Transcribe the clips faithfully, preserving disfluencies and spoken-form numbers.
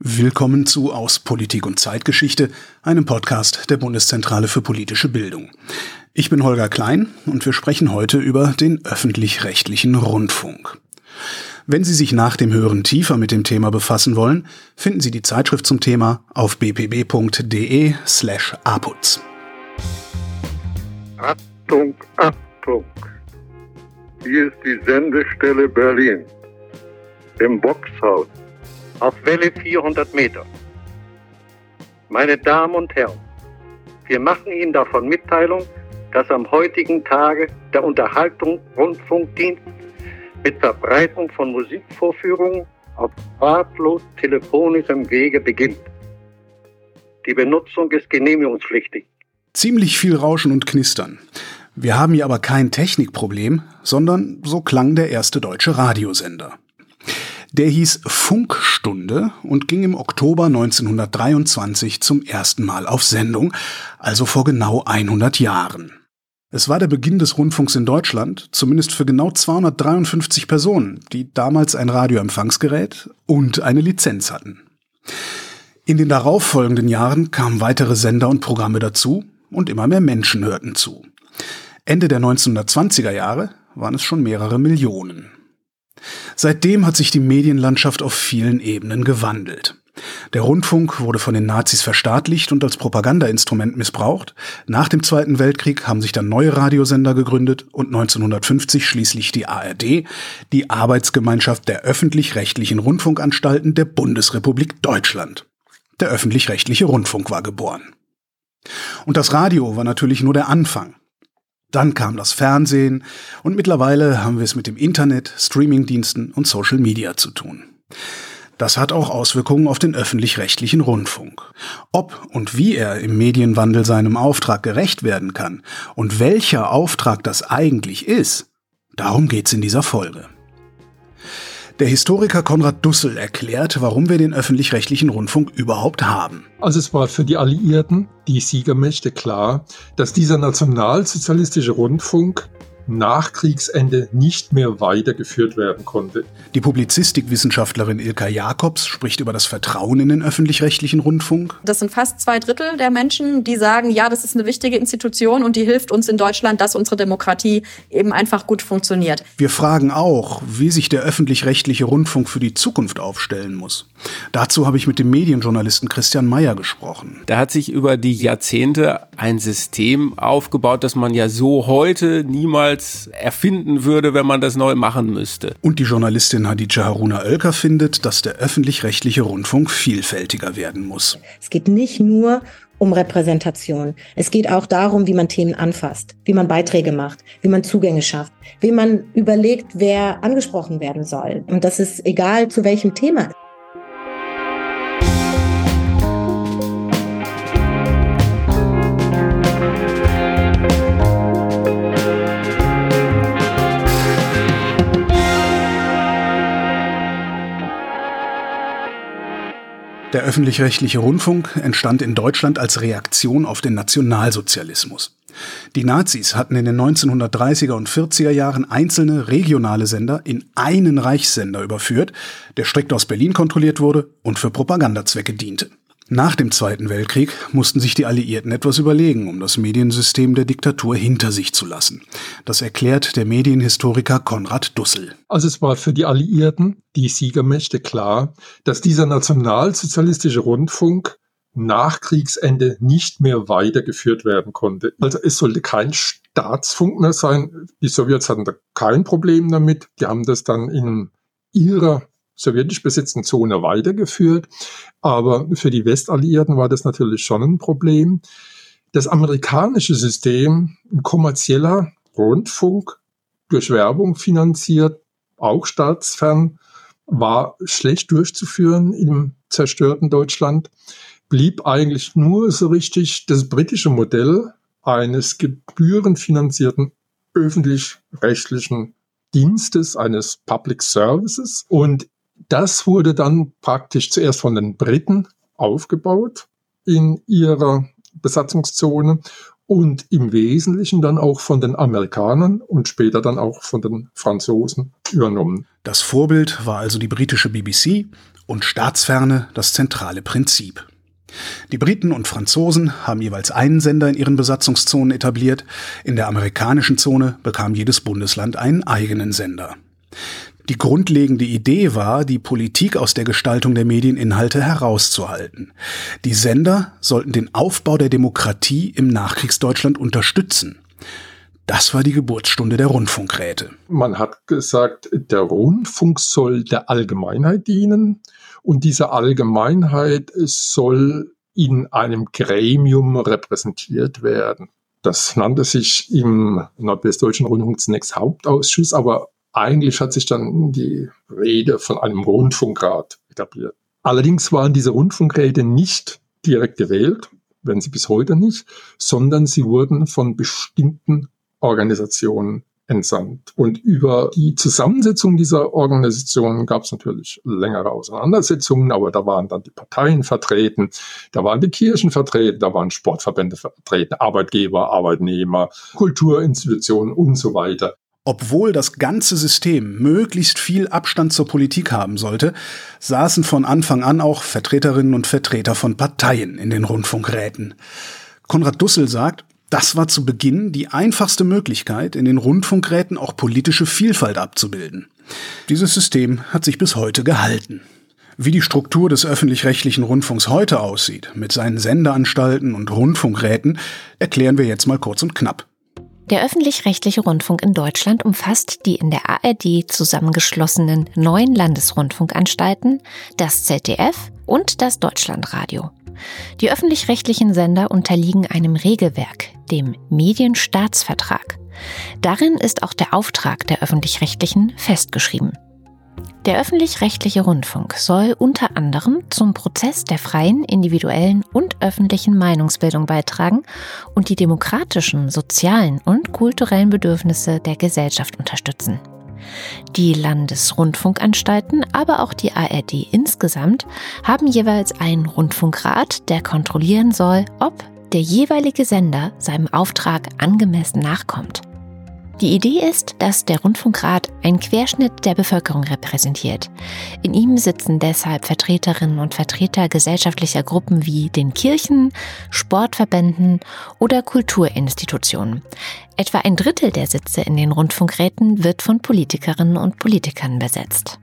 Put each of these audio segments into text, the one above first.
Willkommen zu Aus Politik und Zeitgeschichte, einem Podcast der Bundeszentrale für politische Bildung. Ich bin Holger Klein und wir sprechen heute über den öffentlich-rechtlichen Rundfunk. Wenn Sie sich nach dem Hören tiefer mit dem Thema befassen wollen, finden Sie die Zeitschrift zum Thema auf b p b punkt d e slash a p u z. Achtung, Achtung! Hier ist die Sendestelle Berlin. Im Boxhaus. Auf Welle vierhundert Meter. Meine Damen und Herren, wir machen Ihnen davon Mitteilung, dass am heutigen Tage der Unterhaltungsrundfunkdienst mit Verbreitung von Musikvorführungen auf drahtlos telefonischem Wege beginnt. Die Benutzung ist genehmigungspflichtig. Ziemlich viel Rauschen und Knistern. Wir haben hier aber kein Technikproblem, sondern so klang der erste deutsche Radiosender. Der hieß Funkstunde und ging im Oktober neunzehnhundertdreiundzwanzig zum ersten Mal auf Sendung, also vor genau hundert Jahren. Es war der Beginn des Rundfunks in Deutschland, zumindest für genau zweihundertdreiundfünfzig Personen, die damals ein Radioempfangsgerät und eine Lizenz hatten. In den darauffolgenden Jahren kamen weitere Sender und Programme dazu und immer mehr Menschen hörten zu. Ende der neunzehnhundertzwanziger Jahre waren es schon mehrere Millionen. Seitdem hat sich die Medienlandschaft auf vielen Ebenen gewandelt. Der Rundfunk wurde von den Nazis verstaatlicht und als Propagandainstrument missbraucht. Nach dem Zweiten Weltkrieg haben sich dann neue Radiosender gegründet und neunzehnhundertfünfzig schließlich die A R D, die Arbeitsgemeinschaft der öffentlich-rechtlichen Rundfunkanstalten der Bundesrepublik Deutschland. Der öffentlich-rechtliche Rundfunk war geboren. Und das Radio war natürlich nur der Anfang. Dann kam das Fernsehen und mittlerweile haben wir es mit dem Internet, Streamingdiensten und Social Media zu tun. Das hat auch Auswirkungen auf den öffentlich-rechtlichen Rundfunk. Ob und wie er im Medienwandel seinem Auftrag gerecht werden kann und welcher Auftrag das eigentlich ist, darum geht's in dieser Folge. Der Historiker Konrad Dussel erklärt, warum wir den öffentlich-rechtlichen Rundfunk überhaupt haben. Also es war für die Alliierten, die Siegermächte, klar, dass dieser nationalsozialistische Rundfunk nach Kriegsende nicht mehr weitergeführt werden konnte. Die Publizistikwissenschaftlerin Ilka Jacobs spricht über das Vertrauen in den öffentlich-rechtlichen Rundfunk. Das sind fast zwei Drittel der Menschen, die sagen, ja, das ist eine wichtige Institution und die hilft uns in Deutschland, dass unsere Demokratie eben einfach gut funktioniert. Wir fragen auch, wie sich der öffentlich-rechtliche Rundfunk für die Zukunft aufstellen muss. Dazu habe ich mit dem Medienjournalisten Christian Mayer gesprochen. Da hat sich über die Jahrzehnte ein System aufgebaut, das man ja so heute niemals erfinden würde, wenn man das neu machen müsste. Und die Journalistin Hadice Haruna Oelker findet, dass der öffentlich-rechtliche Rundfunk vielfältiger werden muss. Es geht nicht nur um Repräsentation. Es geht auch darum, wie man Themen anfasst, wie man Beiträge macht, wie man Zugänge schafft, wie man überlegt, wer angesprochen werden soll. Und das ist egal, zu welchem Thema. Der öffentlich-rechtliche Rundfunk entstand in Deutschland als Reaktion auf den Nationalsozialismus. Die Nazis hatten in den neunzehnhundertdreißiger und vierziger Jahren einzelne regionale Sender in einen Reichssender überführt, der strikt aus Berlin kontrolliert wurde und für Propagandazwecke diente. Nach dem Zweiten Weltkrieg mussten sich die Alliierten etwas überlegen, um das Mediensystem der Diktatur hinter sich zu lassen. Das erklärt der Medienhistoriker Konrad Dussel. Also es war für die Alliierten, die Siegermächte, klar, dass dieser nationalsozialistische Rundfunk nach Kriegsende nicht mehr weitergeführt werden konnte. Also es sollte kein Staatsfunk mehr sein. Die Sowjets hatten da kein Problem damit. Die haben das dann in ihrer sowjetisch besetzten Zone weitergeführt. Aber für die Westalliierten war das natürlich schon ein Problem. Das amerikanische System, ein kommerzieller Rundfunk, durch Werbung finanziert, auch staatsfern, war schlecht durchzuführen im zerstörten Deutschland. Blieb eigentlich nur so richtig das britische Modell eines gebührenfinanzierten öffentlich-rechtlichen Dienstes, eines Public Services. Und das wurde dann praktisch zuerst von den Briten aufgebaut in ihrer Besatzungszone und im Wesentlichen dann auch von den Amerikanern und später dann auch von den Franzosen übernommen. Das Vorbild war also die britische B B C und Staatsferne das zentrale Prinzip. Die Briten und Franzosen haben jeweils einen Sender in ihren Besatzungszonen etabliert. In der amerikanischen Zone bekam jedes Bundesland einen eigenen Sender. Die grundlegende Idee war, die Politik aus der Gestaltung der Medieninhalte herauszuhalten. Die Sender sollten den Aufbau der Demokratie im Nachkriegsdeutschland unterstützen. Das war die Geburtsstunde der Rundfunkräte. Man hat gesagt, der Rundfunk soll der Allgemeinheit dienen und diese Allgemeinheit soll in einem Gremium repräsentiert werden. Das nannte sich im Nordwestdeutschen Rundfunk zunächst Hauptausschuss, aber eigentlich hat sich dann die Rede von einem Rundfunkrat etabliert. Allerdings waren diese Rundfunkräte nicht direkt gewählt, werden sie bis heute nicht, sondern sie wurden von bestimmten Organisationen entsandt. Und über die Zusammensetzung dieser Organisationen gab es natürlich längere Auseinandersetzungen, aber da waren dann die Parteien vertreten, da waren die Kirchen vertreten, da waren Sportverbände vertreten, Arbeitgeber, Arbeitnehmer, Kulturinstitutionen und so weiter. Obwohl das ganze System möglichst viel Abstand zur Politik haben sollte, saßen von Anfang an auch Vertreterinnen und Vertreter von Parteien in den Rundfunkräten. Konrad Dussel sagt, das war zu Beginn die einfachste Möglichkeit, in den Rundfunkräten auch politische Vielfalt abzubilden. Dieses System hat sich bis heute gehalten. Wie die Struktur des öffentlich-rechtlichen Rundfunks heute aussieht, mit seinen Sendeanstalten und Rundfunkräten, erklären wir jetzt mal kurz und knapp. Der öffentlich-rechtliche Rundfunk in Deutschland umfasst die in der A R D zusammengeschlossenen neun Landesrundfunkanstalten, das Z D F und das Deutschlandradio. Die öffentlich-rechtlichen Sender unterliegen einem Regelwerk, dem Medienstaatsvertrag. Darin ist auch der Auftrag der öffentlich-rechtlichen festgeschrieben. Der öffentlich-rechtliche Rundfunk soll unter anderem zum Prozess der freien, individuellen und öffentlichen Meinungsbildung beitragen und die demokratischen, sozialen und kulturellen Bedürfnisse der Gesellschaft unterstützen. Die Landesrundfunkanstalten, aber auch die A R D insgesamt, haben jeweils einen Rundfunkrat, der kontrollieren soll, ob der jeweilige Sender seinem Auftrag angemessen nachkommt. Die Idee ist, dass der Rundfunkrat einen Querschnitt der Bevölkerung repräsentiert. In ihm sitzen deshalb Vertreterinnen und Vertreter gesellschaftlicher Gruppen wie den Kirchen, Sportverbänden oder Kulturinstitutionen. Etwa ein Drittel der Sitze in den Rundfunkräten wird von Politikerinnen und Politikern besetzt.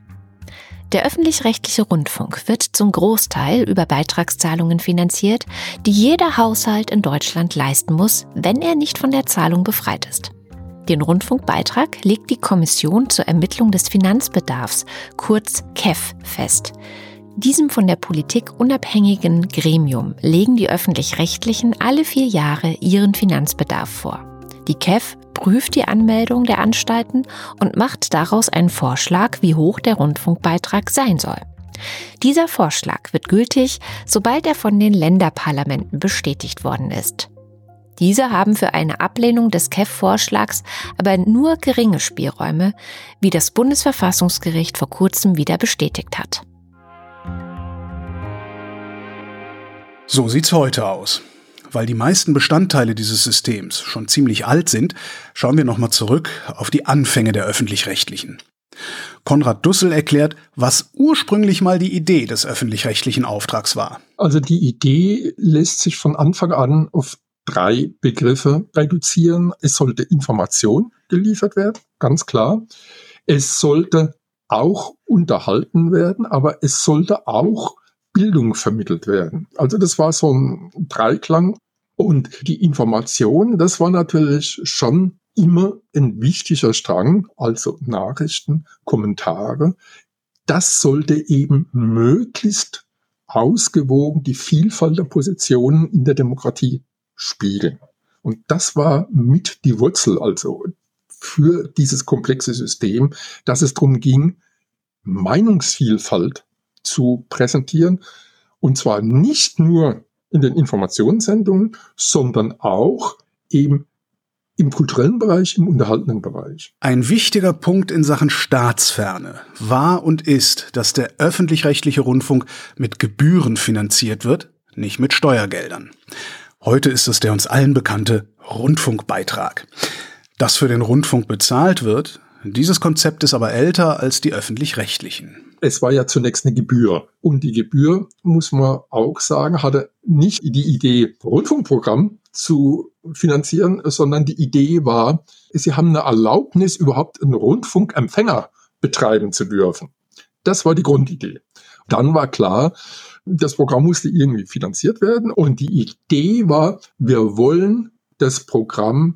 Der öffentlich-rechtliche Rundfunk wird zum Großteil über Beitragszahlungen finanziert, die jeder Haushalt in Deutschland leisten muss, wenn er nicht von der Zahlung befreit ist. Den Rundfunkbeitrag legt die Kommission zur Ermittlung des Finanzbedarfs, kurz K E F, fest. Diesem von der Politik unabhängigen Gremium legen die Öffentlich-Rechtlichen alle vier Jahre ihren Finanzbedarf vor. Die K E F prüft die Anmeldung der Anstalten und macht daraus einen Vorschlag, wie hoch der Rundfunkbeitrag sein soll. Dieser Vorschlag wird gültig, sobald er von den Länderparlamenten bestätigt worden ist. Diese haben für eine Ablehnung des K E F-Vorschlags aber nur geringe Spielräume, wie das Bundesverfassungsgericht vor kurzem wieder bestätigt hat. So sieht's heute aus. Weil die meisten Bestandteile dieses Systems schon ziemlich alt sind, schauen wir nochmal zurück auf die Anfänge der Öffentlich-Rechtlichen. Konrad Dussel erklärt, was ursprünglich mal die Idee des öffentlich-rechtlichen Auftrags war. Also die Idee lässt sich von Anfang an auf drei Begriffe reduzieren. Es sollte Information geliefert werden, ganz klar. Es sollte auch unterhalten werden, aber es sollte auch Bildung vermittelt werden. Also das war so ein Dreiklang. Und die Information, das war natürlich schon immer ein wichtiger Strang, also Nachrichten, Kommentare. Das sollte eben möglichst ausgewogen die Vielfalt der Positionen in der Demokratie spiegeln. Und das war mit die Wurzel also für dieses komplexe System, dass es darum ging, Meinungsvielfalt zu präsentieren. Und zwar nicht nur in den Informationssendungen, sondern auch eben im kulturellen Bereich, im unterhaltenden Bereich. Ein wichtiger Punkt in Sachen Staatsferne war und ist, dass der öffentlich-rechtliche Rundfunk mit Gebühren finanziert wird, nicht mit Steuergeldern. Heute ist es der uns allen bekannte Rundfunkbeitrag. Dass für den Rundfunk bezahlt wird, Dieses Konzept ist aber älter als die öffentlich-rechtlichen. Es war ja zunächst eine Gebühr. Und die Gebühr, muss man auch sagen, hatte nicht die Idee, Rundfunkprogramm zu finanzieren, sondern die Idee war, sie haben eine Erlaubnis, überhaupt einen Rundfunkempfänger betreiben zu dürfen. Das war die Grundidee. Dann war klar, das Programm musste irgendwie finanziert werden. Und die Idee war, wir wollen das Programm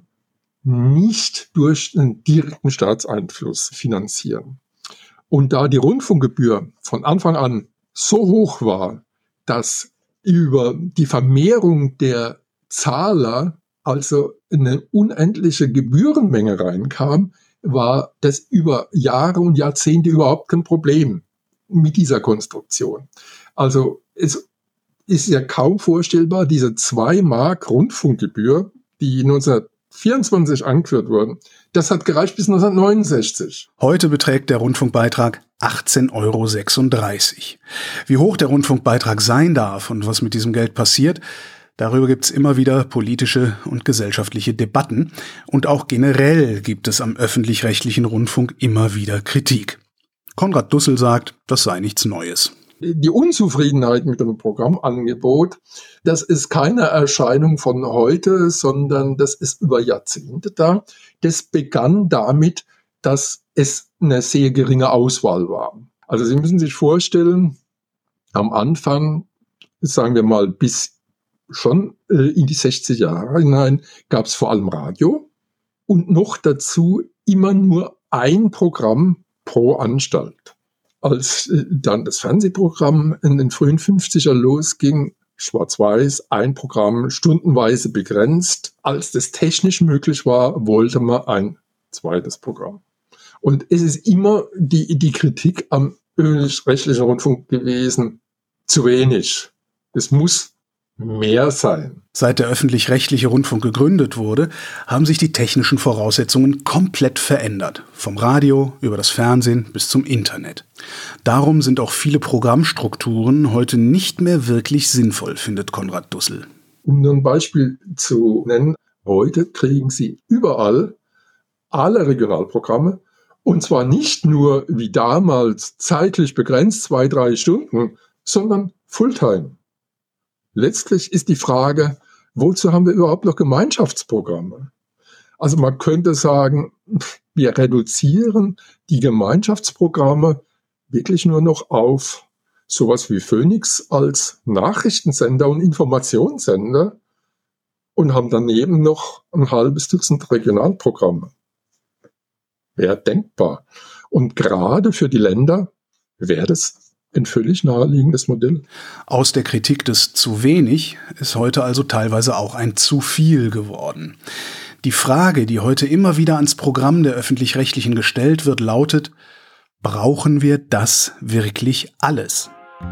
nicht durch einen direkten Staatseinfluss finanzieren. Und da die Rundfunkgebühr von Anfang an so hoch war, dass über die Vermehrung der Zahler also eine unendliche Gebührenmenge reinkam, war das über Jahre und Jahrzehnte überhaupt kein Problem mit dieser Konstruktion. Also es ist ja kaum vorstellbar, diese zwei Mark Rundfunkgebühr, die neunzehnhundertvierundzwanzig eingeführt wurden, das hat gereicht bis neunzehnhundertneunundsechzig. Heute beträgt der Rundfunkbeitrag achtzehn Euro sechsunddreißig. Wie hoch der Rundfunkbeitrag sein darf und was mit diesem Geld passiert, darüber gibt es immer wieder politische und gesellschaftliche Debatten. Und auch generell gibt es am öffentlich-rechtlichen Rundfunk immer wieder Kritik. Konrad Dussel sagt, das sei nichts Neues. Die Unzufriedenheit mit dem Programmangebot, das ist keine Erscheinung von heute, sondern das ist über Jahrzehnte da. Das begann damit, dass es eine sehr geringe Auswahl war. Also Sie müssen sich vorstellen, am Anfang, sagen wir mal bis schon in die sechziger Jahre hinein, gab es vor allem Radio und noch dazu immer nur ein Programm pro Anstalt. Als dann das Fernsehprogramm in den frühen fünfziger losging, schwarz-weiß, ein Programm stundenweise begrenzt. Als das technisch möglich war, wollte man ein zweites Programm. Und es ist immer die, die Kritik am öffentlich-rechtlichen Rundfunk gewesen, zu wenig. Es muss mehr sein. Seit der öffentlich-rechtliche Rundfunk gegründet wurde, haben sich die technischen Voraussetzungen komplett verändert. Vom Radio über das Fernsehen bis zum Internet. Darum sind auch viele Programmstrukturen heute nicht mehr wirklich sinnvoll, findet Konrad Dussel. Um nur ein Beispiel zu nennen, heute kriegen Sie überall alle Regionalprogramme, und zwar nicht nur wie damals zeitlich begrenzt, zwei, drei Stunden, sondern Fulltime. Letztlich ist die Frage, wozu haben wir überhaupt noch Gemeinschaftsprogramme? Also man könnte sagen, wir reduzieren die Gemeinschaftsprogramme wirklich nur noch auf sowas wie Phoenix als Nachrichtensender und Informationssender und haben daneben noch ein halbes Dutzend Regionalprogramme. Wäre denkbar. Und gerade für die Länder wäre das ein völlig naheliegendes Modell. Aus der Kritik des zu wenig ist heute also teilweise auch ein zu viel geworden. Die Frage, die heute immer wieder ans Programm der Öffentlich-Rechtlichen gestellt wird, lautet: Brauchen wir das wirklich alles?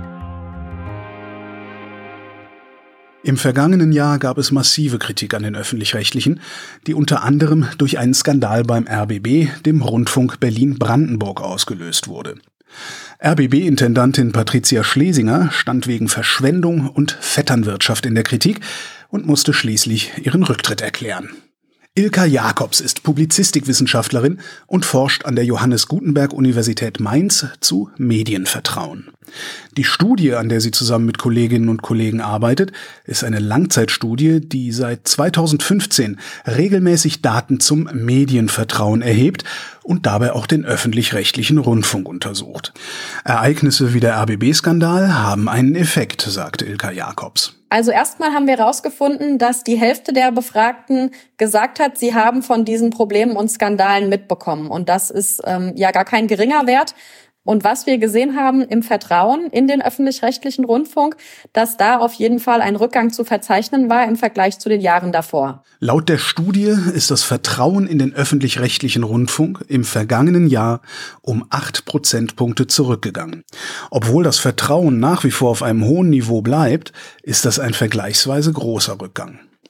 Im vergangenen Jahr gab es massive Kritik an den Öffentlich-Rechtlichen, die unter anderem durch einen Skandal beim R B B, dem Rundfunk Berlin-Brandenburg, ausgelöst wurde. R B B-Intendantin Patricia Schlesinger stand wegen Verschwendung und Vetternwirtschaft in der Kritik und musste schließlich ihren Rücktritt erklären. Ilka Jacobs ist Publizistikwissenschaftlerin und forscht an der Johannes Gutenberg Universität Mainz zu Medienvertrauen. Die Studie, an der sie zusammen mit Kolleginnen und Kollegen arbeitet, ist eine Langzeitstudie, die seit zweitausendfünfzehn regelmäßig Daten zum Medienvertrauen erhebt und dabei auch den öffentlich-rechtlichen Rundfunk untersucht. Ereignisse wie der R B B-Skandal haben einen Effekt, sagt Ilka Jacobs. Also erstmal haben wir herausgefunden, dass die Hälfte der Befragten gesagt hat, sie haben von diesen Problemen und Skandalen mitbekommen. Und das ist ähm, ja gar kein geringer Wert. Und was wir gesehen haben im Vertrauen in den öffentlich-rechtlichen Rundfunk, dass da auf jeden Fall ein Rückgang zu verzeichnen war im Vergleich zu den Jahren davor. Laut der Studie ist das Vertrauen in den öffentlich-rechtlichen Rundfunk im vergangenen Jahr um acht Prozentpunkte zurückgegangen. Obwohl das Vertrauen nach wie vor auf einem hohen Niveau bleibt, ist das ein vergleichsweise großer Rückgang.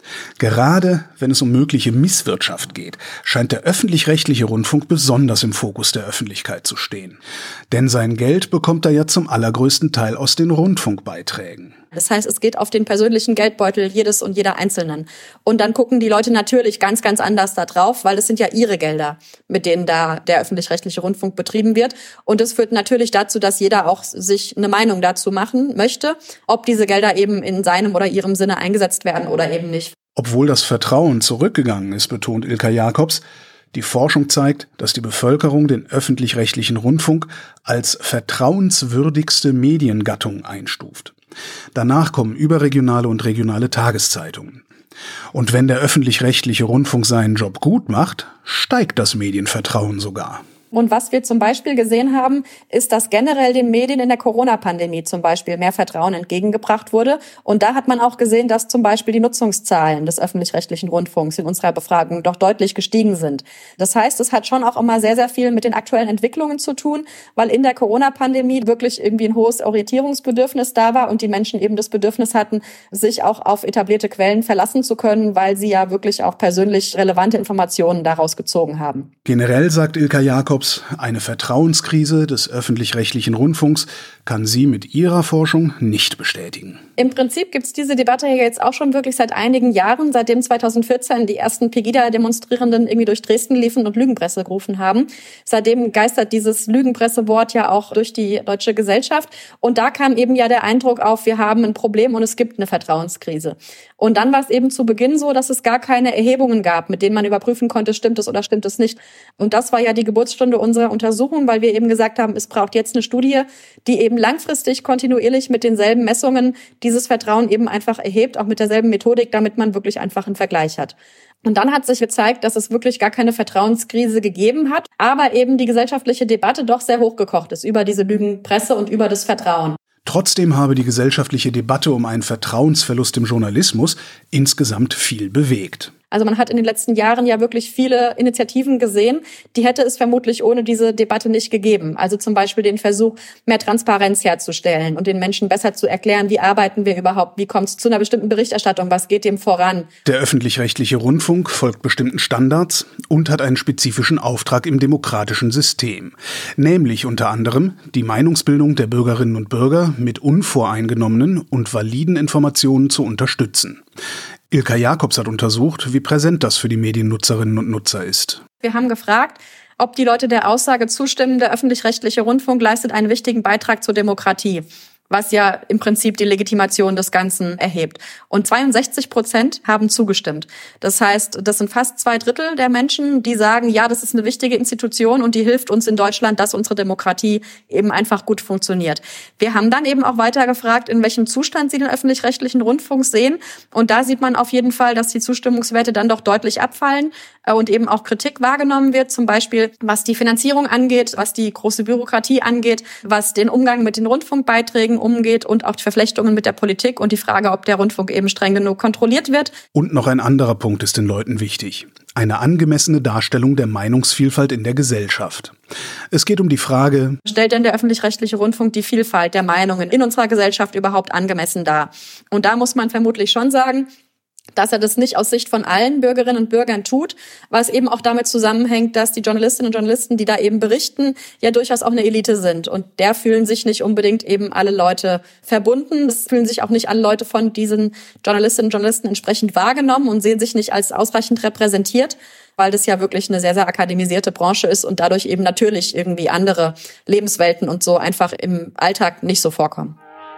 Gerade wenn es um mögliche Misswirtschaft geht, scheint der öffentlich-rechtliche Rundfunk besonders im Fokus der Öffentlichkeit zu stehen. Denn sein Geld bekommt er ja zum allergrößten Teil aus den Rundfunkbeiträgen. Das heißt, es geht auf den persönlichen Geldbeutel jedes und jeder Einzelnen. Und dann gucken die Leute natürlich ganz, ganz anders da drauf, weil es sind ja ihre Gelder, mit denen da der öffentlich-rechtliche Rundfunk betrieben wird. Und es führt natürlich dazu, dass jeder auch sich eine Meinung dazu machen möchte, ob diese Gelder eben in seinem oder ihrem Sinne eingesetzt werden oder eben nicht. Obwohl das Vertrauen zurückgegangen ist, betont Ilka Jacobs, die Forschung zeigt, dass die Bevölkerung den öffentlich-rechtlichen Rundfunk als vertrauenswürdigste Mediengattung einstuft. Danach kommen überregionale und regionale Tageszeitungen. Und wenn der öffentlich-rechtliche Rundfunk seinen Job gut macht, steigt das Medienvertrauen sogar. Und was wir zum Beispiel gesehen haben, ist, dass generell den Medien in der Corona-Pandemie zum Beispiel mehr Vertrauen entgegengebracht wurde. Und da hat man auch gesehen, dass zum Beispiel die Nutzungszahlen des öffentlich-rechtlichen Rundfunks in unserer Befragung doch deutlich gestiegen sind. Das heißt, es hat schon auch immer sehr, sehr viel mit den aktuellen Entwicklungen zu tun, weil in der Corona-Pandemie wirklich irgendwie ein hohes Orientierungsbedürfnis da war und die Menschen eben das Bedürfnis hatten, sich auch auf etablierte Quellen verlassen zu können, weil sie ja wirklich auch persönlich relevante Informationen daraus gezogen haben. Generell sagt Ilka Jacobs, eine Vertrauenskrise des öffentlich-rechtlichen Rundfunks kann sie mit ihrer Forschung nicht bestätigen. Im Prinzip gibt es diese Debatte ja jetzt auch schon wirklich seit einigen Jahren, seitdem zweitausendvierzehn die ersten Pegida-Demonstrierenden irgendwie durch Dresden liefen und Lügenpresse gerufen haben. Seitdem geistert dieses Lügenpressewort ja auch durch die deutsche Gesellschaft. Und da kam eben ja der Eindruck auf, wir haben ein Problem und es gibt eine Vertrauenskrise. Und dann war es eben zu Beginn so, dass es gar keine Erhebungen gab, mit denen man überprüfen konnte, stimmt es oder stimmt es nicht. Und das war ja die Geburtsstunde unserer Untersuchung, weil wir eben gesagt haben, es braucht jetzt eine Studie, die eben langfristig kontinuierlich mit denselben Messungen dieses Vertrauen eben einfach erhebt, auch mit derselben Methodik, damit man wirklich einfach einen Vergleich hat. Und dann hat sich gezeigt, dass es wirklich gar keine Vertrauenskrise gegeben hat, aber eben die gesellschaftliche Debatte doch sehr hochgekocht ist über diese Lügenpresse und über das Vertrauen. Trotzdem habe die gesellschaftliche Debatte um einen Vertrauensverlust im Journalismus insgesamt viel bewegt. Also man hat in den letzten Jahren ja wirklich viele Initiativen gesehen, die hätte es vermutlich ohne diese Debatte nicht gegeben. Also zum Beispiel den Versuch, mehr Transparenz herzustellen und den Menschen besser zu erklären, wie arbeiten wir überhaupt, wie kommt es zu einer bestimmten Berichterstattung, was geht dem voran. Der öffentlich-rechtliche Rundfunk folgt bestimmten Standards und hat einen spezifischen Auftrag im demokratischen System. Nämlich unter anderem die Meinungsbildung der Bürgerinnen und Bürger mit unvoreingenommenen und validen Informationen zu unterstützen. Ilka Jacobs hat untersucht, wie präsent das für die Mediennutzerinnen und Nutzer ist. Wir haben gefragt, ob die Leute der Aussage zustimmen, der öffentlich-rechtliche Rundfunk leistet einen wichtigen Beitrag zur Demokratie, was ja im Prinzip die Legitimation des Ganzen erhebt. Und zweiundsechzig Prozent haben zugestimmt. Das heißt, das sind fast zwei Drittel der Menschen, die sagen, ja, das ist eine wichtige Institution und die hilft uns in Deutschland, dass unsere Demokratie eben einfach gut funktioniert. Wir haben dann eben auch weiter gefragt, in welchem Zustand sie den öffentlich-rechtlichen Rundfunk sehen. Und da sieht man auf jeden Fall, dass die Zustimmungswerte dann doch deutlich abfallen und eben auch Kritik wahrgenommen wird, zum Beispiel was die Finanzierung angeht, was die große Bürokratie angeht, was den Umgang mit den Rundfunkbeiträgen umgeht und auch die Verflechtungen mit der Politik und die Frage, ob der Rundfunk eben streng genug kontrolliert wird. Und noch ein anderer Punkt ist den Leuten wichtig. Eine angemessene Darstellung der Meinungsvielfalt in der Gesellschaft. Es geht um die Frage, stellt denn der öffentlich-rechtliche Rundfunk die Vielfalt der Meinungen in unserer Gesellschaft überhaupt angemessen dar? Und da muss man vermutlich schon sagen, dass er das nicht aus Sicht von allen Bürgerinnen und Bürgern tut, was eben auch damit zusammenhängt, dass die Journalistinnen und Journalisten, die da eben berichten, ja durchaus auch eine Elite sind. Und der fühlen sich nicht unbedingt eben alle Leute verbunden. Es fühlen sich auch nicht alle Leute von diesen Journalistinnen und Journalisten entsprechend wahrgenommen und sehen sich nicht als ausreichend repräsentiert, weil das ja wirklich eine sehr, sehr akademisierte Branche ist und dadurch eben natürlich irgendwie andere Lebenswelten und so einfach im Alltag nicht so vorkommen.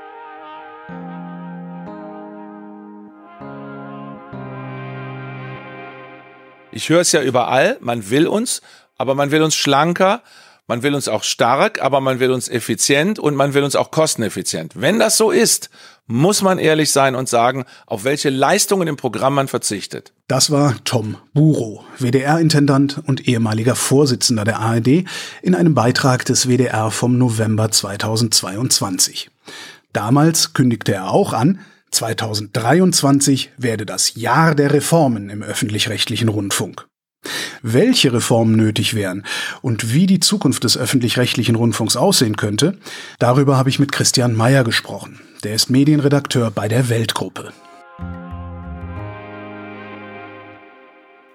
Ich höre es ja überall, man will uns, aber man will uns schlanker, man will uns auch stark, aber man will uns effizient und man will uns auch kosteneffizient. Wenn das so ist, muss man ehrlich sein und sagen, auf welche Leistungen im Programm man verzichtet. Das war Tom Burow, W D R-Intendant und ehemaliger Vorsitzender der A R D, in einem Beitrag des W D R vom November zweitausendzweiundzwanzig. Damals kündigte er auch an, zweitausenddreiundzwanzig werde das Jahr der Reformen im öffentlich-rechtlichen Rundfunk. Welche Reformen nötig wären und wie die Zukunft des öffentlich-rechtlichen Rundfunks aussehen könnte, darüber habe ich mit Christian Mayer gesprochen. Der ist Medienredakteur bei der Weltgruppe.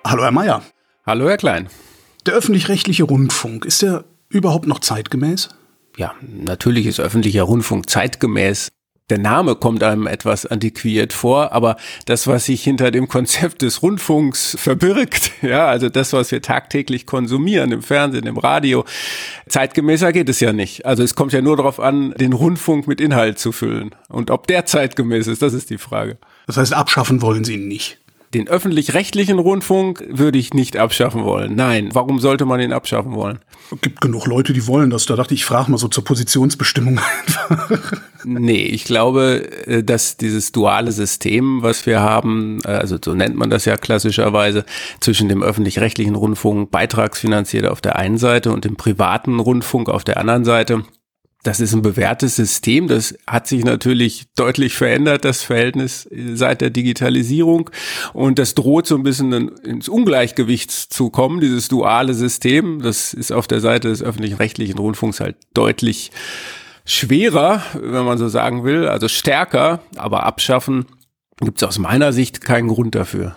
Hallo Herr Mayer. Hallo Herr Klein. Der öffentlich-rechtliche Rundfunk, ist der überhaupt noch zeitgemäß? Ja, natürlich ist öffentlicher Rundfunk zeitgemäß. Der Name kommt einem etwas antiquiert vor, aber das, was sich hinter dem Konzept des Rundfunks verbirgt, ja, also das, was wir tagtäglich konsumieren, im Fernsehen, im Radio, zeitgemäßer geht es ja nicht. Also es kommt ja nur darauf an, den Rundfunk mit Inhalt zu füllen. Und ob der zeitgemäß ist, das ist die Frage. Das heißt, abschaffen wollen Sie ihn nicht? Den öffentlich-rechtlichen Rundfunk würde ich nicht abschaffen wollen. Nein, warum sollte man ihn abschaffen wollen? Es gibt genug Leute, die wollen das. Da dachte ich, ich frage mal so zur Positionsbestimmung einfach. Nee, ich glaube, dass dieses duale System, was wir haben, also so nennt man das ja klassischerweise, zwischen dem öffentlich-rechtlichen Rundfunk, beitragsfinanziert auf der einen Seite und dem privaten Rundfunk auf der anderen Seite, das ist ein bewährtes System. Das hat sich natürlich deutlich verändert, das Verhältnis seit der Digitalisierung. Und das droht so ein bisschen ins Ungleichgewicht zu kommen, dieses duale System. Das ist auf der Seite des öffentlich-rechtlichen Rundfunks halt deutlich schwerer, wenn man so sagen will, also stärker. Aber abschaffen gibt es aus meiner Sicht keinen Grund dafür.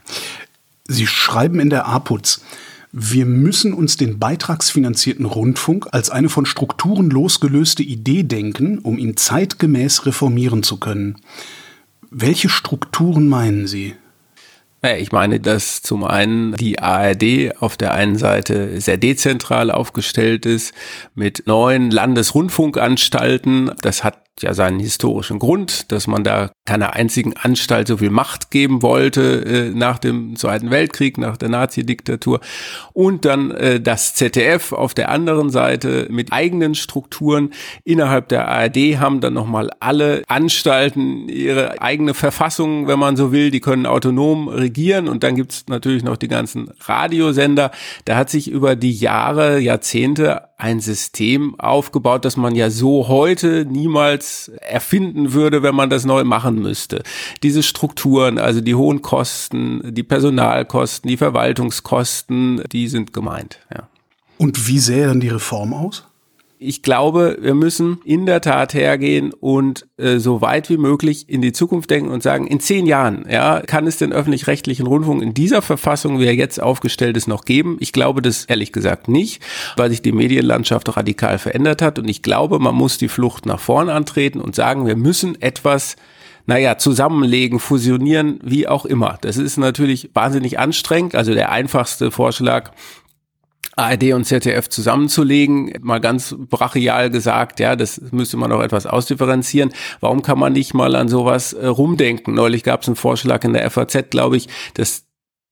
Sie schreiben in der A P U Z, wir müssen uns den beitragsfinanzierten Rundfunk als eine von Strukturen losgelöste Idee denken, um ihn zeitgemäß reformieren zu können. Welche Strukturen meinen Sie? Ja, ich meine, dass zum einen die A R D auf der einen Seite sehr dezentral aufgestellt ist mit neuen Landesrundfunkanstalten. Das hat ja seinen historischen Grund, dass man da keiner einzigen Anstalt so viel Macht geben wollte äh, nach dem Zweiten Weltkrieg, nach der Nazi-Diktatur. Und dann äh, das Z D F auf der anderen Seite mit eigenen Strukturen. Innerhalb der A R D haben dann nochmal alle Anstalten ihre eigene Verfassung, wenn man so will. Die können autonom regieren. Und dann gibt's natürlich noch die ganzen Radiosender. Da hat sich über die Jahre, Jahrzehnte ein System aufgebaut, das man ja so heute niemals erfinden würde, wenn man das neu machen müsste. Diese Strukturen, also die hohen Kosten, die Personalkosten, die Verwaltungskosten, die sind gemeint, ja. Und wie sähe dann die Reform aus? Ich glaube, wir müssen in der Tat hergehen und äh, so weit wie möglich in die Zukunft denken und sagen, in zehn Jahren, ja, kann es den öffentlich-rechtlichen Rundfunk in dieser Verfassung, wie er jetzt aufgestellt ist, noch geben? Ich glaube das ehrlich gesagt nicht, weil sich die Medienlandschaft radikal verändert hat. Und ich glaube, man muss die Flucht nach vorn antreten und sagen, wir müssen etwas naja, zusammenlegen, fusionieren, wie auch immer. Das ist natürlich wahnsinnig anstrengend. Also der einfachste Vorschlag, A R D und Z D F zusammenzulegen, mal ganz brachial gesagt, ja, das müsste man auch etwas ausdifferenzieren. Warum kann man nicht mal an sowas äh, rumdenken? Neulich gab es einen Vorschlag in der F A Z, glaube ich, das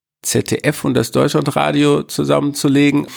Z D F und das Deutschlandradio zusammenzulegen.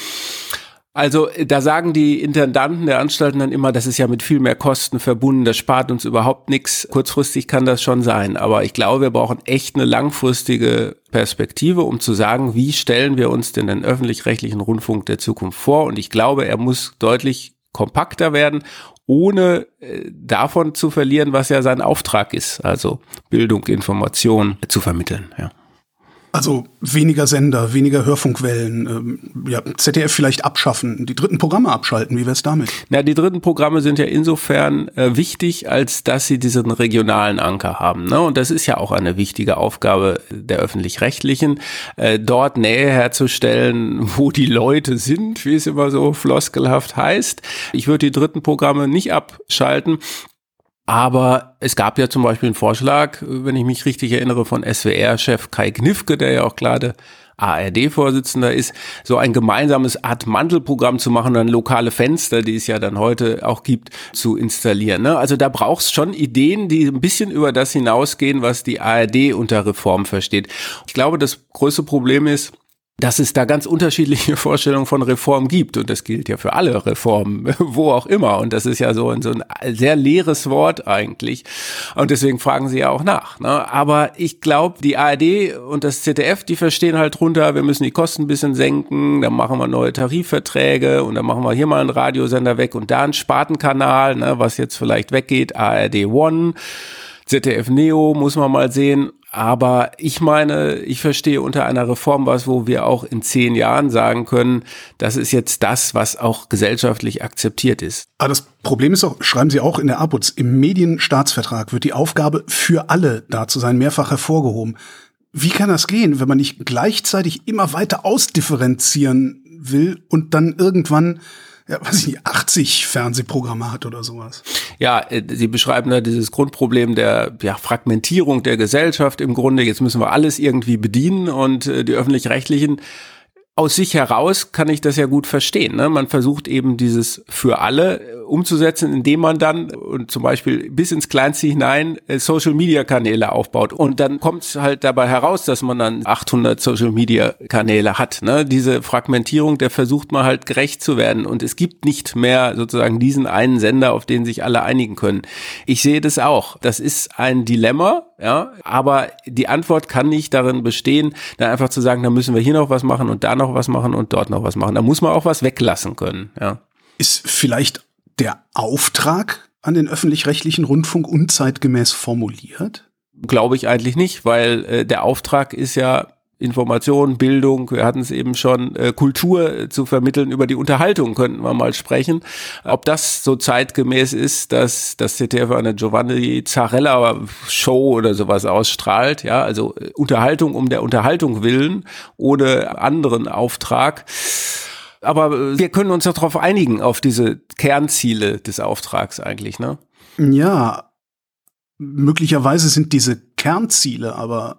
Also da sagen die Intendanten der Anstalten dann immer, das ist ja mit viel mehr Kosten verbunden, das spart uns überhaupt nichts. Kurzfristig kann das schon sein, aber ich glaube, wir brauchen echt eine langfristige Perspektive, um zu sagen, wie stellen wir uns denn den öffentlich-rechtlichen Rundfunk der Zukunft vor? Und ich glaube, er muss deutlich kompakter werden, ohne äh, davon zu verlieren, was ja sein Auftrag ist, also Bildung, Information zu vermitteln, ja. Also weniger Sender, weniger Hörfunkwellen, ähm, ja, Z D F vielleicht abschaffen, die dritten Programme abschalten, wie wär's damit? Na, die dritten Programme sind ja insofern äh, wichtig, als dass sie diesen regionalen Anker haben, ne? Und das ist ja auch eine wichtige Aufgabe der Öffentlich-Rechtlichen, äh, dort Nähe herzustellen, wo die Leute sind, wie es immer so floskelhaft heißt. Ich würde die dritten Programme nicht abschalten. Aber es gab ja zum Beispiel einen Vorschlag, wenn ich mich richtig erinnere, von S W R-Chef Kai Gnifke, der ja auch gerade A R D-Vorsitzender ist, so ein gemeinsames Art Mantelprogramm zu machen, dann lokale Fenster, die es ja dann heute auch gibt, zu installieren. Ne? Also da braucht es schon Ideen, die ein bisschen über das hinausgehen, was die A R D unter Reform versteht. Ich glaube, das größte Problem ist, dass es da ganz unterschiedliche Vorstellungen von Reform gibt. Und das gilt ja für alle Reformen, wo auch immer. Und das ist ja so ein, so ein sehr leeres Wort eigentlich. Und deswegen fragen sie ja auch nach. Ne? Aber ich glaube, die A R D und das Z D F, die verstehen halt drunter, wir müssen die Kosten ein bisschen senken, dann machen wir neue Tarifverträge und dann machen wir hier mal einen Radiosender weg und da einen Spartenkanal, ne, was jetzt vielleicht weggeht, A R D One, Z D F Neo, muss man mal sehen. Aber ich meine, ich verstehe unter einer Reform was, wo wir auch in zehn Jahren sagen können, das ist jetzt das, was auch gesellschaftlich akzeptiert ist. Aber das Problem ist auch, schreiben Sie auch in der A P U Z, im Medienstaatsvertrag wird die Aufgabe für alle da zu sein mehrfach hervorgehoben. wie kann das gehen, wenn man nicht gleichzeitig immer weiter ausdifferenzieren will und dann irgendwann, ja, weiß ich nicht, achtzig Fernsehprogramme hat oder sowas? Ja, Sie beschreiben da dieses Grundproblem der ja, Fragmentierung der Gesellschaft im Grunde. Jetzt müssen wir alles irgendwie bedienen und äh, die Öffentlich-Rechtlichen, aus sich heraus kann ich das ja gut verstehen. Ne? Man versucht eben dieses für alle umzusetzen, indem man dann und zum Beispiel bis ins Kleinste hinein Social-Media-Kanäle aufbaut. Und dann kommt es halt dabei heraus, dass man dann achthundert Social-Media-Kanäle hat. Ne? Diese Fragmentierung, der versucht man halt gerecht zu werden. Und es gibt nicht mehr sozusagen diesen einen Sender, auf den sich alle einigen können. Ich sehe das auch. Das ist ein Dilemma, ja, aber die Antwort kann nicht darin bestehen, dann einfach zu sagen, da müssen wir hier noch was machen und da noch was machen und dort noch was machen. Da muss man auch was weglassen können, ja. Ist vielleicht der Auftrag an den öffentlich-rechtlichen Rundfunk unzeitgemäß formuliert? Glaube ich eigentlich nicht, weil äh, der Auftrag ist ja Information, Bildung, wir hatten es eben schon, äh, Kultur zu vermitteln, über die Unterhaltung könnten wir mal sprechen. Ob das so zeitgemäß ist, dass das Z D F eine Giovanni Zarella Show oder sowas ausstrahlt, ja, also äh, Unterhaltung um der Unterhaltung willen, ohne anderen Auftrag. Aber wir können uns doch darauf einigen, auf diese Kernziele des Auftrags eigentlich, ne? Ja, möglicherweise sind diese Kernziele aber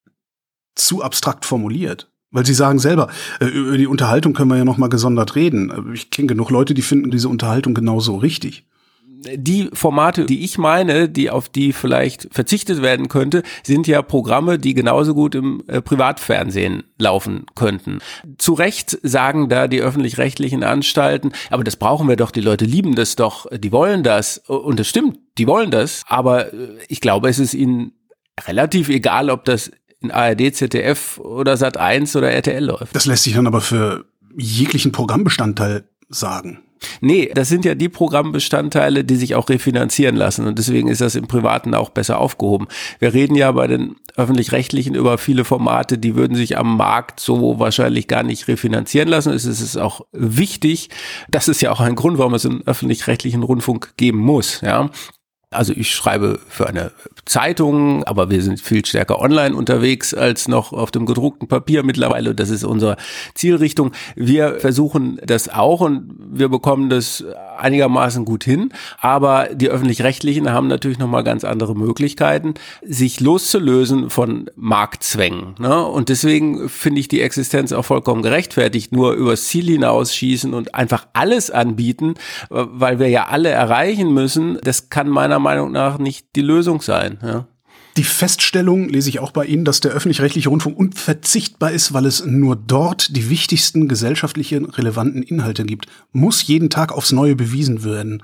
zu abstrakt formuliert. Weil Sie sagen selber, äh, über die Unterhaltung können wir ja noch mal gesondert reden. Ich kenne genug Leute, die finden diese Unterhaltung genauso richtig. Die Formate, die ich meine, die auf die vielleicht verzichtet werden könnte, sind ja Programme, die genauso gut im äh, Privatfernsehen laufen könnten. Zu Recht sagen da die öffentlich-rechtlichen Anstalten, aber das brauchen wir doch, die Leute lieben das doch, die wollen das. Und das stimmt, die wollen das. Aber äh, ich glaube, es ist ihnen relativ egal, ob das in A R D, Z D F oder Sat eins oder R T L läuft. Das lässt sich dann aber für jeglichen Programmbestandteil sagen. Nee, das sind ja die Programmbestandteile, die sich auch refinanzieren lassen und deswegen ist das im Privaten auch besser aufgehoben. Wir reden ja bei den Öffentlich-Rechtlichen über viele Formate, die würden sich am Markt so wahrscheinlich gar nicht refinanzieren lassen. Es ist auch wichtig, das ist ja auch ein Grund, warum es einen öffentlich-rechtlichen Rundfunk geben muss, ja. Also ich schreibe für eine Zeitung, aber wir sind viel stärker online unterwegs als noch auf dem gedruckten Papier mittlerweile. Das ist unsere Zielrichtung. Wir versuchen das auch und wir bekommen das einigermaßen gut hin. Aber die Öffentlich-Rechtlichen haben natürlich nochmal ganz andere Möglichkeiten, sich loszulösen von Marktzwängen. Ne? Und deswegen finde ich die Existenz auch vollkommen gerechtfertigt. Nur übers Ziel hinausschießen und einfach alles anbieten, weil wir ja alle erreichen müssen, das kann meiner Meinung nach nicht die Lösung sein. Ja. Die Feststellung lese ich auch bei Ihnen, dass der öffentlich-rechtliche Rundfunk unverzichtbar ist, weil es nur dort die wichtigsten gesellschaftlichen relevanten Inhalte gibt, muss jeden Tag aufs Neue bewiesen werden.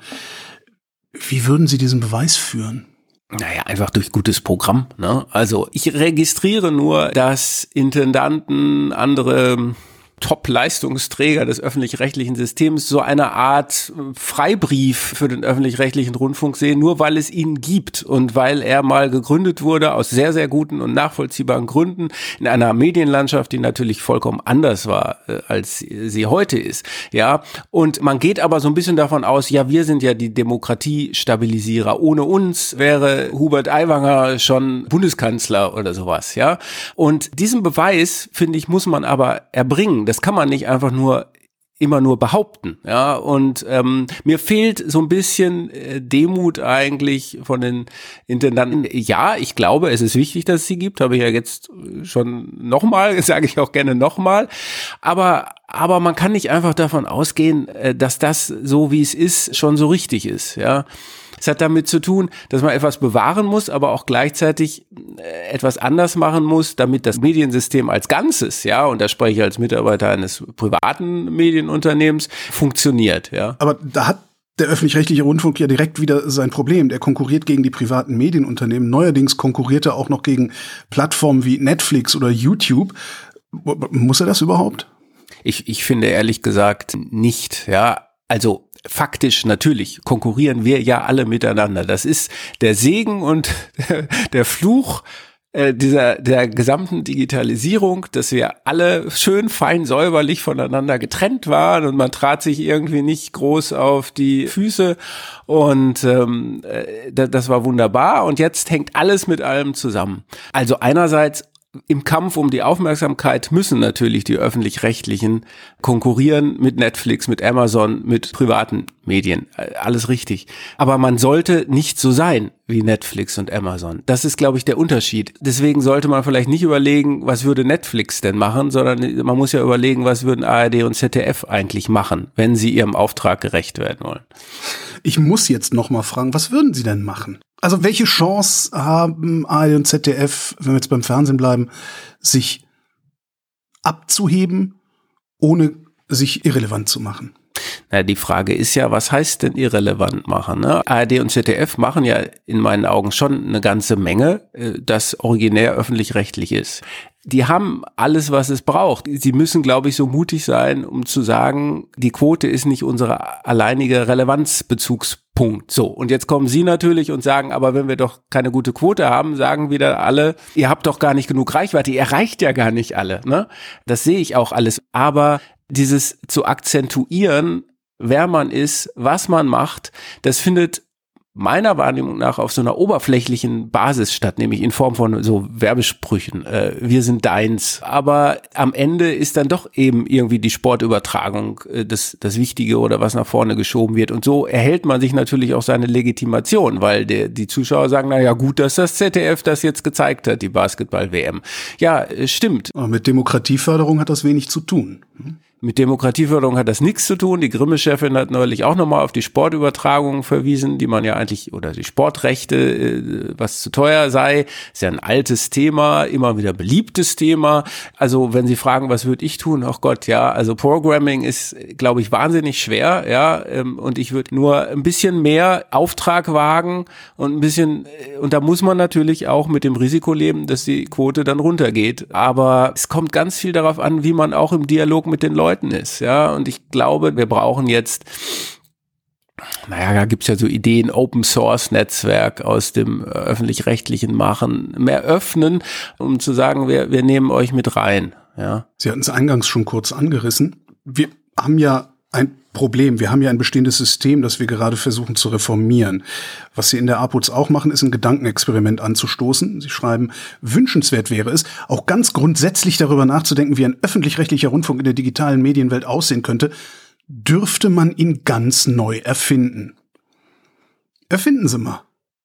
Wie würden Sie diesen Beweis führen? Naja, einfach durch gutes Programm. Ne? Also ich registriere nur, dass Intendanten, andere Top-Leistungsträger des öffentlich-rechtlichen Systems so eine Art Freibrief für den öffentlich-rechtlichen Rundfunk sehen, nur weil es ihn gibt und weil er mal gegründet wurde aus sehr, sehr guten und nachvollziehbaren Gründen in einer Medienlandschaft, die natürlich vollkommen anders war, äh, als sie heute ist. Ja, und man geht aber so ein bisschen davon aus, ja, wir sind ja die Demokratiestabilisierer. Ohne uns wäre Hubert Aiwanger schon Bundeskanzler oder sowas, ja. Und diesen Beweis, finde ich, muss man aber erbringen. Das kann man nicht einfach nur immer nur behaupten, ja, und ähm, mir fehlt so ein bisschen äh, Demut eigentlich von den Intendanten. Ja, ich glaube, es ist wichtig, dass es sie gibt, habe ich ja jetzt schon nochmal, sage ich auch gerne nochmal, aber aber man kann nicht einfach davon ausgehen, äh, dass das, so wie es ist, schon so richtig ist, ja. Es hat damit zu tun, dass man etwas bewahren muss, aber auch gleichzeitig etwas anders machen muss, damit das Mediensystem als Ganzes, ja, und da spreche ich als Mitarbeiter eines privaten Medienunternehmens, funktioniert, ja. Aber da hat der öffentlich-rechtliche Rundfunk ja direkt wieder sein Problem. Der konkurriert gegen die privaten Medienunternehmen. Neuerdings konkurriert er auch noch gegen Plattformen wie Netflix oder YouTube. Muss er das überhaupt? Ich, ich finde ehrlich gesagt nicht, ja. Also faktisch natürlich konkurrieren wir ja alle miteinander. Das ist der Segen und der Fluch äh, dieser der gesamten Digitalisierung, dass wir alle schön fein säuberlich voneinander getrennt waren und man trat sich irgendwie nicht groß auf die Füße und ähm, äh, das war wunderbar und jetzt hängt alles mit allem zusammen. Also einerseits im Kampf um die Aufmerksamkeit müssen natürlich die Öffentlich-Rechtlichen konkurrieren mit Netflix, mit Amazon, mit privaten Medien. Alles richtig. Aber man sollte nicht so sein wie Netflix und Amazon. Das ist, glaube ich, der Unterschied. Deswegen sollte man vielleicht nicht überlegen, was würde Netflix denn machen, sondern man muss ja überlegen, was würden A R D und Z D F eigentlich machen, wenn sie ihrem Auftrag gerecht werden wollen. Ich muss jetzt noch mal fragen, was würden sie denn machen? Also welche Chance haben A R D und Z D F, wenn wir jetzt beim Fernsehen bleiben, sich abzuheben, ohne sich irrelevant zu machen? Na, die Frage ist ja, was heißt denn irrelevant machen? Ne? A R D und Z D F machen ja in meinen Augen schon eine ganze Menge, das originär öffentlich-rechtlich ist. Die haben alles, was es braucht. Sie müssen, glaube ich, so mutig sein, um zu sagen, die Quote ist nicht unsere alleinige Relevanzbezugspunkt. So, und jetzt kommen Sie natürlich und sagen, aber wenn wir doch keine gute Quote haben, sagen wieder alle, ihr habt doch gar nicht genug Reichweite, ihr erreicht ja gar nicht alle. Ne? Das sehe ich auch alles. Aber dieses zu akzentuieren, wer man ist, was man macht, das findet meiner Wahrnehmung nach auf so einer oberflächlichen Basis statt, nämlich in Form von so Werbesprüchen. Äh, wir sind deins. Aber am Ende ist dann doch eben irgendwie die Sportübertragung äh, das, das Wichtige oder was nach vorne geschoben wird. Und so erhält man sich natürlich auch seine Legitimation, weil der, die Zuschauer sagen, na ja, gut, dass das Z D F das jetzt gezeigt hat, die Basketball-W M. Ja, stimmt. Aber mit Demokratieförderung hat das wenig zu tun. Hm? Mit Demokratieförderung hat das nichts zu tun. Die Grimme-Chefin hat neulich auch nochmal auf die Sportübertragungen verwiesen, die man ja eigentlich, oder die Sportrechte, was zu teuer sei. Ist ja ein altes Thema, immer wieder beliebtes Thema. Also wenn Sie fragen, was würde ich tun? Ach Gott, ja, also Programming ist, glaube ich, wahnsinnig schwer, ja, und ich würde nur ein bisschen mehr Auftrag wagen und ein bisschen, und da muss man natürlich auch mit dem Risiko leben, dass die Quote dann runtergeht. Aber es kommt ganz viel darauf an, wie man auch im Dialog mit den Leuten ist, ja, und ich glaube, wir brauchen jetzt, naja, da gibt's ja so Ideen, Open-Source-Netzwerk aus dem öffentlich-rechtlichen machen, mehr öffnen, um zu sagen, wir, wir nehmen euch mit rein, ja. Sie hatten es eingangs schon kurz angerissen. Wir haben ja ein Problem. Wir haben ja ein bestehendes System, das wir gerade versuchen zu reformieren. Was Sie in der A P U Z auch machen, ist ein Gedankenexperiment anzustoßen. Sie schreiben, wünschenswert wäre es, auch ganz grundsätzlich darüber nachzudenken, wie ein öffentlich-rechtlicher Rundfunk in der digitalen Medienwelt aussehen könnte, dürfte man ihn ganz neu erfinden. Erfinden Sie mal.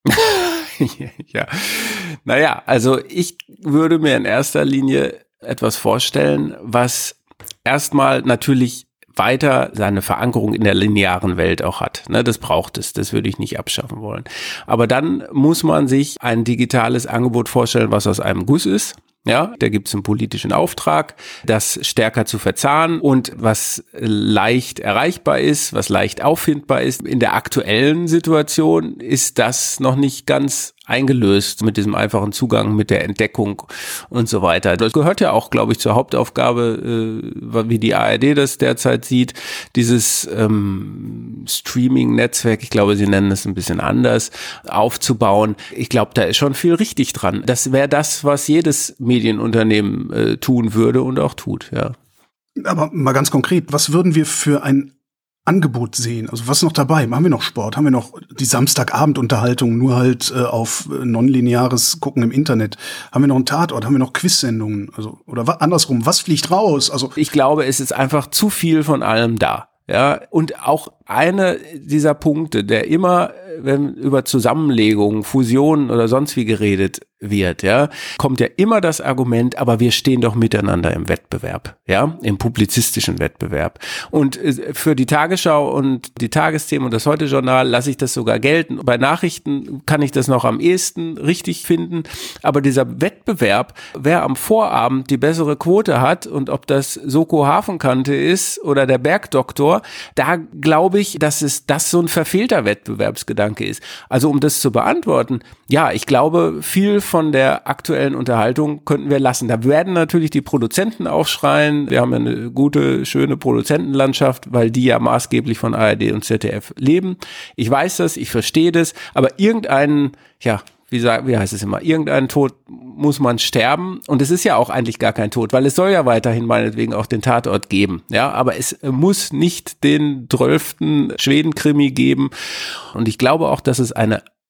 Ja, naja, also ich würde mir in erster Linie etwas vorstellen, was erstmal natürlich weiter seine Verankerung in der linearen Welt auch hat. Ne, das braucht es, das würde ich nicht abschaffen wollen. Aber dann muss man sich ein digitales Angebot vorstellen, was aus einem Guss ist. Ja, da gibt es einen politischen Auftrag, das stärker zu verzahnen und was leicht erreichbar ist, was leicht auffindbar ist. In der aktuellen Situation ist das noch nicht ganz eingelöst mit diesem einfachen Zugang, mit der Entdeckung und so weiter. Das gehört ja auch, glaube ich, zur Hauptaufgabe, äh, wie die A R D das derzeit sieht, dieses ähm, Streaming-Netzwerk, ich glaube, sie nennen es ein bisschen anders, aufzubauen. Ich glaube, da ist schon viel richtig dran. Das wäre das, was jedes Medienunternehmen äh, tun würde und auch tut, ja. Aber mal ganz konkret, was würden wir für ein Angebot sehen? Also was ist noch dabei? Haben wir noch Sport? Haben wir noch die Samstagabendunterhaltung, nur halt äh, auf äh, nonlineares Gucken im Internet? Haben wir noch einen Tatort? Haben wir noch Quizsendungen? Also oder wa- andersrum, was fliegt raus? Also ich glaube, es ist einfach zu viel von allem da. Ja, und auch eine dieser Punkte, der immer, wenn über Zusammenlegungen, Fusionen oder sonst wie geredet wird, ja, kommt ja immer das Argument, aber wir stehen doch miteinander im Wettbewerb, ja, im publizistischen Wettbewerb. Und für die Tagesschau und die Tagesthemen und das Heute-Journal lasse ich das sogar gelten. Bei Nachrichten kann ich das noch am ehesten richtig finden, aber dieser Wettbewerb, wer am Vorabend die bessere Quote hat und ob das Soko Hafenkante ist oder der Bergdoktor, da glaube ich, dass es das so ein verfehlter Wettbewerbsgedanke ist. Also um das zu beantworten, ja, ich glaube, viel von der aktuellen Unterhaltung könnten wir lassen. Da werden natürlich die Produzenten aufschreien. Wir haben ja eine gute, schöne Produzentenlandschaft, weil die ja maßgeblich von A R D und Z D F leben. Ich weiß das, ich verstehe das, aber irgendeinen, ja, wie, sag, wie heißt es immer, irgendeinen Tod muss man sterben. Und es ist ja auch eigentlich gar kein Tod, weil es soll ja weiterhin meinetwegen auch den Tatort geben. Ja, aber es muss nicht den drölften Schweden-Krimi geben. Und ich glaube auch, dass es eine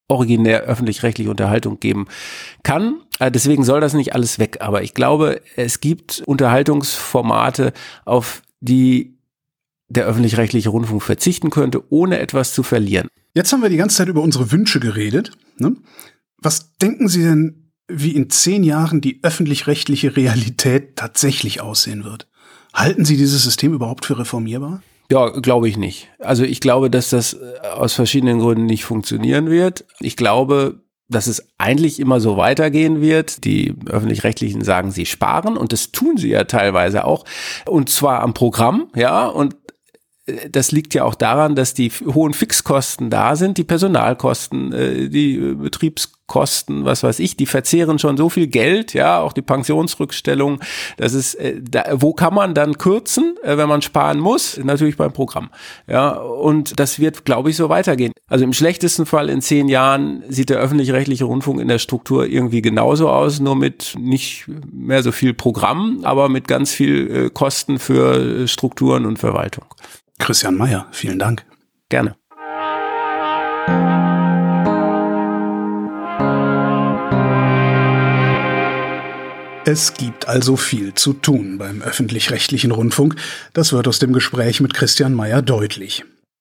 originär öffentlich-rechtliche Unterhaltung geben kann. Deswegen soll das nicht alles weg. Aber ich glaube, es gibt Unterhaltungsformate, auf die der öffentlich-rechtliche Rundfunk verzichten könnte, ohne etwas zu verlieren. Jetzt haben wir die ganze Zeit über unsere Wünsche geredet. Ne? Was denken Sie denn, wie in zehn Jahren die öffentlich-rechtliche Realität tatsächlich aussehen wird? Halten Sie dieses System überhaupt für reformierbar? Ja, glaube ich nicht. Also ich glaube, dass das aus verschiedenen Gründen nicht funktionieren wird. Ich glaube, dass es eigentlich immer so weitergehen wird. Die Öffentlich-Rechtlichen sagen, sie sparen, und das tun sie ja teilweise auch. Und zwar am Programm, ja, und das liegt ja auch daran, dass die hohen Fixkosten da sind, die Personalkosten, die Betriebskosten, was weiß ich, die verzehren schon so viel Geld, ja, auch die Pensionsrückstellung. Das ist, da, wo kann man dann kürzen, wenn man sparen muss? Natürlich beim Programm, ja. Und das wird, glaube ich, so weitergehen. Also im schlechtesten Fall in zehn Jahren sieht der öffentlich-rechtliche Rundfunk in der Struktur irgendwie genauso aus, nur mit nicht mehr so viel Programm, aber mit ganz viel Kosten für Strukturen und Verwaltung. Christian Mayer, vielen Dank. Gerne. Es gibt also viel zu tun beim öffentlich-rechtlichen Rundfunk. Das wird aus dem Gespräch mit Christian Mayer deutlich.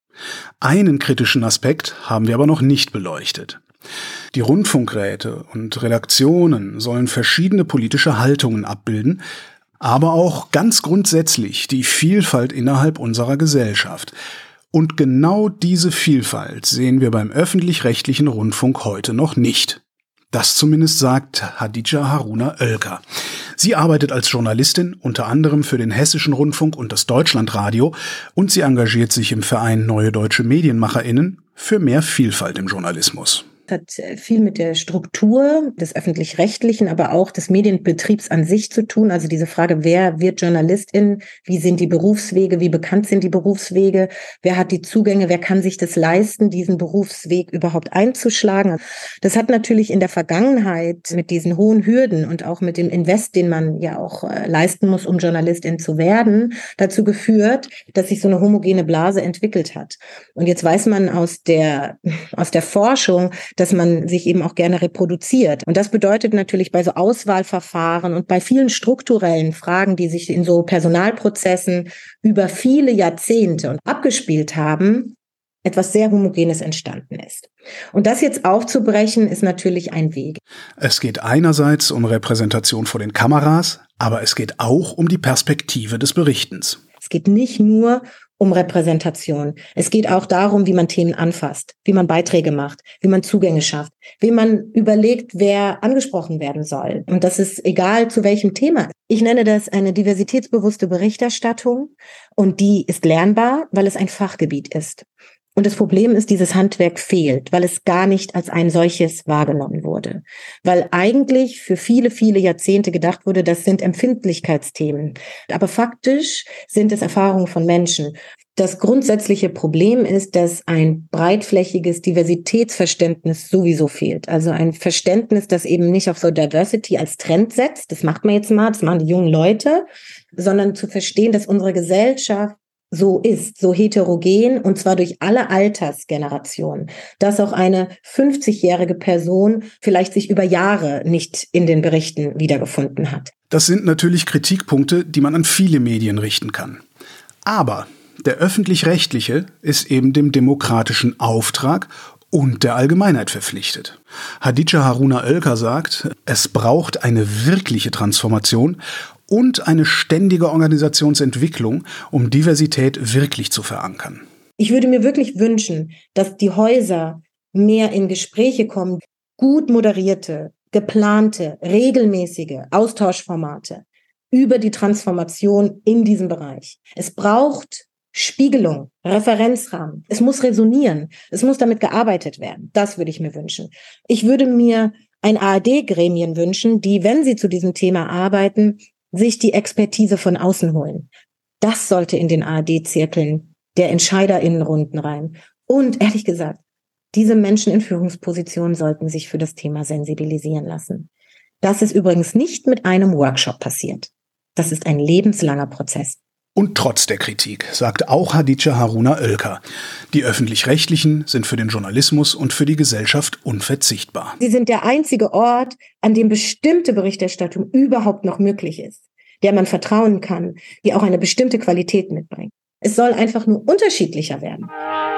Einen kritischen Aspekt haben wir aber noch nicht beleuchtet. Die Rundfunkräte und Redaktionen sollen verschiedene politische Haltungen abbilden, aber auch ganz grundsätzlich die Vielfalt innerhalb unserer Gesellschaft. Und genau diese Vielfalt sehen wir beim öffentlich-rechtlichen Rundfunk heute noch nicht. Das zumindest sagt Hadija Haruna Oelker. Sie arbeitet als Journalistin unter anderem für den Hessischen Rundfunk und das Deutschlandradio, und sie engagiert sich im Verein Neue Deutsche MedienmacherInnen für mehr Vielfalt im Journalismus. Hat viel mit der Struktur des Öffentlich-Rechtlichen, aber auch des Medienbetriebs an sich zu tun. Also diese Frage, wer wird Journalistin, wie sind die Berufswege, wie bekannt sind die Berufswege, wer hat die Zugänge, wer kann sich das leisten, diesen Berufsweg überhaupt einzuschlagen. Das hat natürlich in der Vergangenheit mit diesen hohen Hürden und auch mit dem Invest, den man ja auch leisten muss, um Journalistin zu werden, dazu geführt, dass sich so eine homogene Blase entwickelt hat. Und jetzt weiß man aus der, aus der Forschung, dass man sich eben auch gerne reproduziert. Und das bedeutet natürlich bei so Auswahlverfahren und bei vielen strukturellen Fragen, die sich in so Personalprozessen über viele Jahrzehnte und abgespielt haben, etwas sehr Homogenes entstanden ist. Und das jetzt aufzubrechen, ist natürlich ein Weg. Es geht einerseits um Repräsentation vor den Kameras, aber es geht auch um die Perspektive des Berichtens. Es geht nicht nur um Repräsentation. Es geht auch darum, wie man Themen anfasst, wie man Beiträge macht, wie man Zugänge schafft, wie man überlegt, wer angesprochen werden soll. Und das ist egal zu welchem Thema. Ich nenne das eine diversitätsbewusste Berichterstattung, und die ist lernbar, weil es ein Fachgebiet ist. Und das Problem ist, dieses Handwerk fehlt, weil es gar nicht als ein solches wahrgenommen wurde. Weil eigentlich für viele, viele Jahrzehnte gedacht wurde, das sind Empfindlichkeitsthemen. Aber faktisch sind es Erfahrungen von Menschen. Das grundsätzliche Problem ist, dass ein breitflächiges Diversitätsverständnis sowieso fehlt. Also ein Verständnis, das eben nicht auf so Diversity als Trend setzt, das macht man jetzt mal, das machen die jungen Leute, sondern zu verstehen, dass unsere Gesellschaft so ist, so heterogen, und zwar durch alle Altersgenerationen, dass auch eine fünfzigjährige Person vielleicht sich über Jahre nicht in den Berichten wiedergefunden hat. Das sind natürlich Kritikpunkte, die man an viele Medien richten kann. Aber der Öffentlich-Rechtliche ist eben dem demokratischen Auftrag und der Allgemeinheit verpflichtet. Hadija Haruna Oelker sagt, es braucht eine wirkliche Transformation und eine ständige Organisationsentwicklung, um Diversität wirklich zu verankern. Ich würde mir wirklich wünschen, dass die Häuser mehr in Gespräche kommen, gut moderierte, geplante, regelmäßige Austauschformate über die Transformation in diesem Bereich. Es braucht Spiegelung, Referenzrahmen. Es muss resonieren. Es muss damit gearbeitet werden. Das würde ich mir wünschen. Ich würde mir ein A R D-Gremien wünschen, die, wenn sie zu diesem Thema arbeiten, sich die Expertise von außen holen. Das sollte in den A R D-Zirkeln der EntscheiderInnenrunden rein. Und ehrlich gesagt, diese Menschen in Führungspositionen sollten sich für das Thema sensibilisieren lassen. Das ist übrigens nicht mit einem Workshop passiert. Das ist ein lebenslanger Prozess. Und trotz der Kritik sagt auch Hadidja Haruna Oelker, die Öffentlich-Rechtlichen sind für den Journalismus und für die Gesellschaft unverzichtbar. Sie sind der einzige Ort, an dem bestimmte Berichterstattung überhaupt noch möglich ist, der man vertrauen kann, die auch eine bestimmte Qualität mitbringt. Es soll einfach nur unterschiedlicher werden.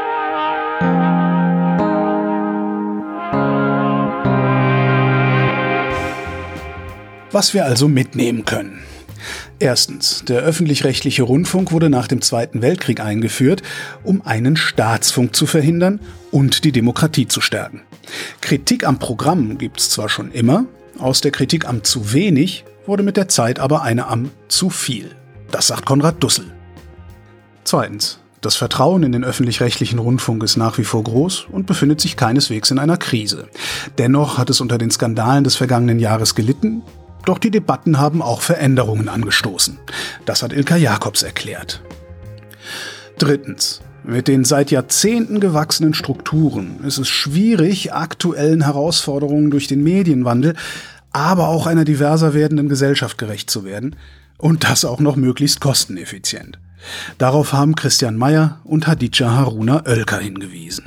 Was wir also mitnehmen können. Erstens, der öffentlich-rechtliche Rundfunk wurde nach dem Zweiten Weltkrieg eingeführt, um einen Staatsfunk zu verhindern und die Demokratie zu stärken. Kritik am Programm gibt's zwar schon immer, aus der Kritik am zu wenig wurde mit der Zeit aber eine am zu viel. Das sagt Konrad Dussel. Zweitens, das Vertrauen in den öffentlich-rechtlichen Rundfunk ist nach wie vor groß und befindet sich keineswegs in einer Krise. Dennoch hat es unter den Skandalen des vergangenen Jahres gelitten. Doch die Debatten haben auch Veränderungen angestoßen. Das hat Ilka Jacobs erklärt. Drittens. Mit den seit Jahrzehnten gewachsenen Strukturen ist es schwierig, aktuellen Herausforderungen durch den Medienwandel, aber auch einer diverser werdenden Gesellschaft gerecht zu werden. Und das auch noch möglichst kosteneffizient. Darauf haben Christian Mayer und Hadidja Haruna Oelker hingewiesen.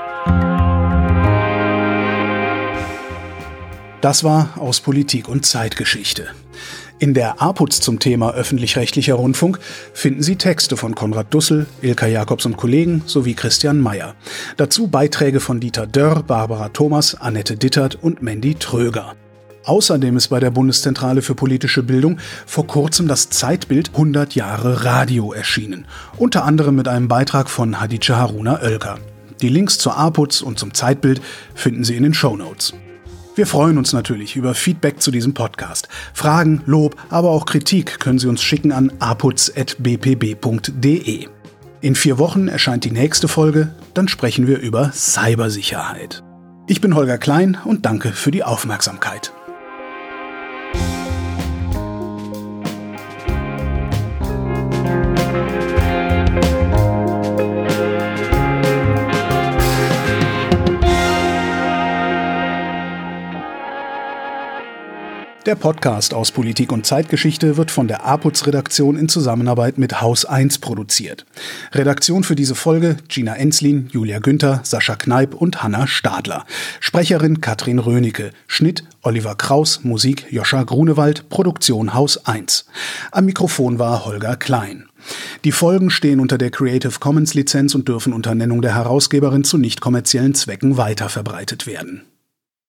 Das war aus Politik und Zeitgeschichte. In der A P U Z zum Thema öffentlich-rechtlicher Rundfunk finden Sie Texte von Konrad Dussel, Ilka Jacobs und Kollegen sowie Christian Mayer. Dazu Beiträge von Dieter Dörr, Barbara Thomas, Annette Dittert und Mandy Tröger. Außerdem ist bei der Bundeszentrale für politische Bildung vor kurzem das Zeitbild hundert Jahre Radio erschienen. Unter anderem mit einem Beitrag von Hadidja Haruna Oelker. Die Links zur A P U Z und zum Zeitbild finden Sie in den Shownotes. Wir freuen uns natürlich über Feedback zu diesem Podcast. Fragen, Lob, aber auch Kritik können Sie uns schicken an aputz at b p b punkt d e. In vier Wochen erscheint die nächste Folge, dann sprechen wir über Cybersicherheit. Ich bin Holger Klein und danke für die Aufmerksamkeit. Der Podcast aus Politik und Zeitgeschichte wird von der A P U Z-Redaktion in Zusammenarbeit mit Haus eins produziert. Redaktion für diese Folge Gina Enslin, Julia Günther, Sascha Kneip und Hanna Stadler. Sprecherin Katrin Rönecke. Schnitt Oliver Kraus, Musik Joscha Grunewald, Produktion Haus eins. Am Mikrofon war Holger Klein. Die Folgen stehen unter der Creative Commons Lizenz und dürfen unter Nennung der Herausgeberin zu nicht kommerziellen Zwecken weiterverbreitet werden.